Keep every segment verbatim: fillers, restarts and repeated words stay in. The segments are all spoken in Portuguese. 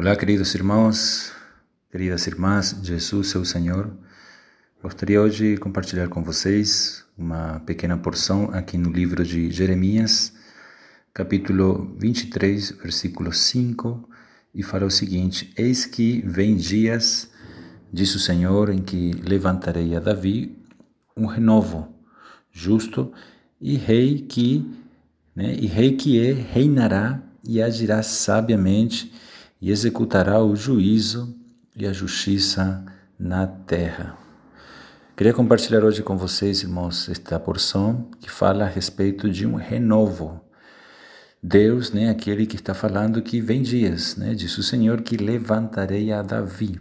Olá, queridos irmãos, queridas irmãs, Jesus é o Senhor. Gostaria hoje de compartilhar com vocês uma pequena porção aqui no livro de Jeremias, capítulo vinte e três, versículo cinco, e fala o seguinte: Eis que vem dias, diz o Senhor, em que levantarei a Davi um renovo, justo, e rei que, né, e rei que é, reinará e agirá sabiamente, e executará o juízo e a justiça na terra. Queria compartilhar hoje com vocês, irmãos, esta porção que fala a respeito de um renovo. Deus, né, aquele que está falando que vem dias, né, diz o Senhor que levantarei a Davi.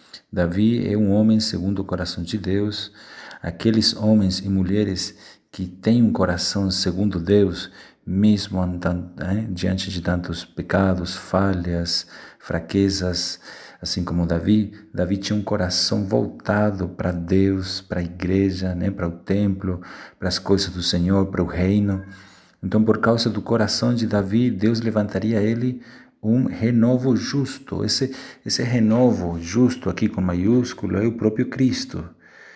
Davi é um homem segundo o coração de Deus. Aqueles homens e mulheres que têm um coração segundo Deus, mesmo andando, né, diante de tantos pecados, falhas, fraquezas, assim como Davi, Davi tinha um coração voltado para Deus, para a igreja, né, para o templo, para as coisas do Senhor, para o reino. Então, por causa do coração de Davi, Deus levantaria ele um renovo justo. Esse, esse renovo justo aqui com maiúsculo é o próprio Cristo.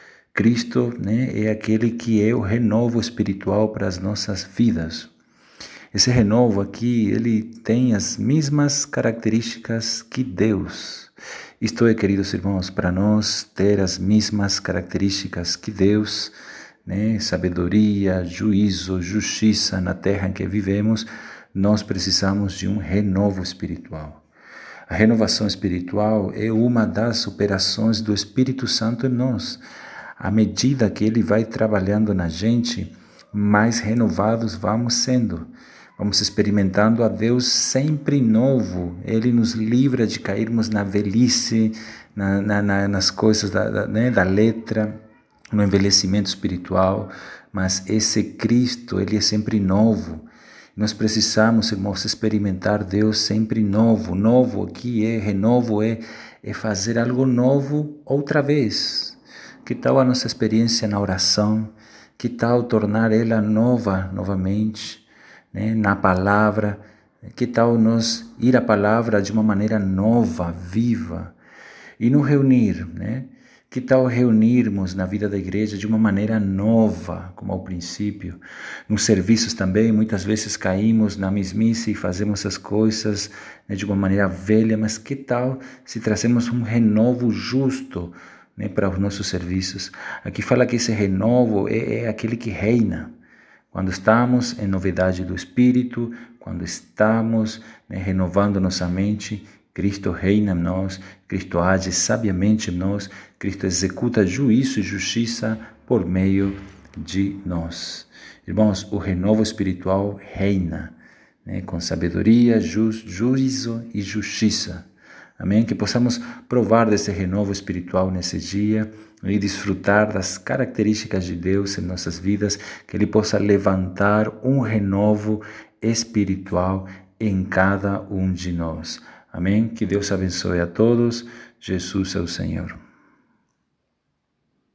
Cristo, né, é aquele que é o renovo espiritual para as nossas vidas. Esse renovo aqui, ele tem as mesmas características que Deus. Isto é, queridos irmãos, para nós ter as mesmas características que Deus, né, sabedoria, juízo, justiça na terra em que vivemos, nós precisamos de um renovo espiritual. A renovação espiritual é uma das operações do Espírito Santo em nós. À medida que ele vai trabalhando na gente, mais renovados vamos sendo. Vamos experimentando a Deus sempre novo. Ele nos livra de cairmos na velhice, na, na, nas coisas da, da, né, da letra, no envelhecimento espiritual. Mas esse Cristo, ele é sempre novo. Nós precisamos, irmãos, experimentar Deus sempre novo. Novo aqui é, renovo é, é fazer algo novo outra vez. Que tal a nossa experiência na oração? Que tal tornar ela nova novamente, né? Na palavra? Que tal nós ir à palavra de uma maneira nova, viva? E nos reunir, né? Que tal reunirmos na vida da igreja de uma maneira nova, como ao princípio? Nos serviços também, muitas vezes caímos na mesmice e fazemos as coisas, né, de uma maneira velha, mas que tal se trazemos um renovo justo, né, para os nossos serviços? Aqui fala que esse renovo é, é aquele que reina. Quando estamos em novidade do Espírito, quando estamos, né, renovando nossa mente, Cristo reina em nós, Cristo age sabiamente em nós, Cristo executa juízo e justiça por meio de nós. Irmãos, o renovo espiritual reina, né, com sabedoria, ju, juízo e justiça. Amém? Que possamos provar desse renovo espiritual nesse dia e desfrutar das características de Deus em nossas vidas, que Ele possa levantar um renovo espiritual em cada um de nós. Amém? Que Deus abençoe a todos. Jesus é o Senhor.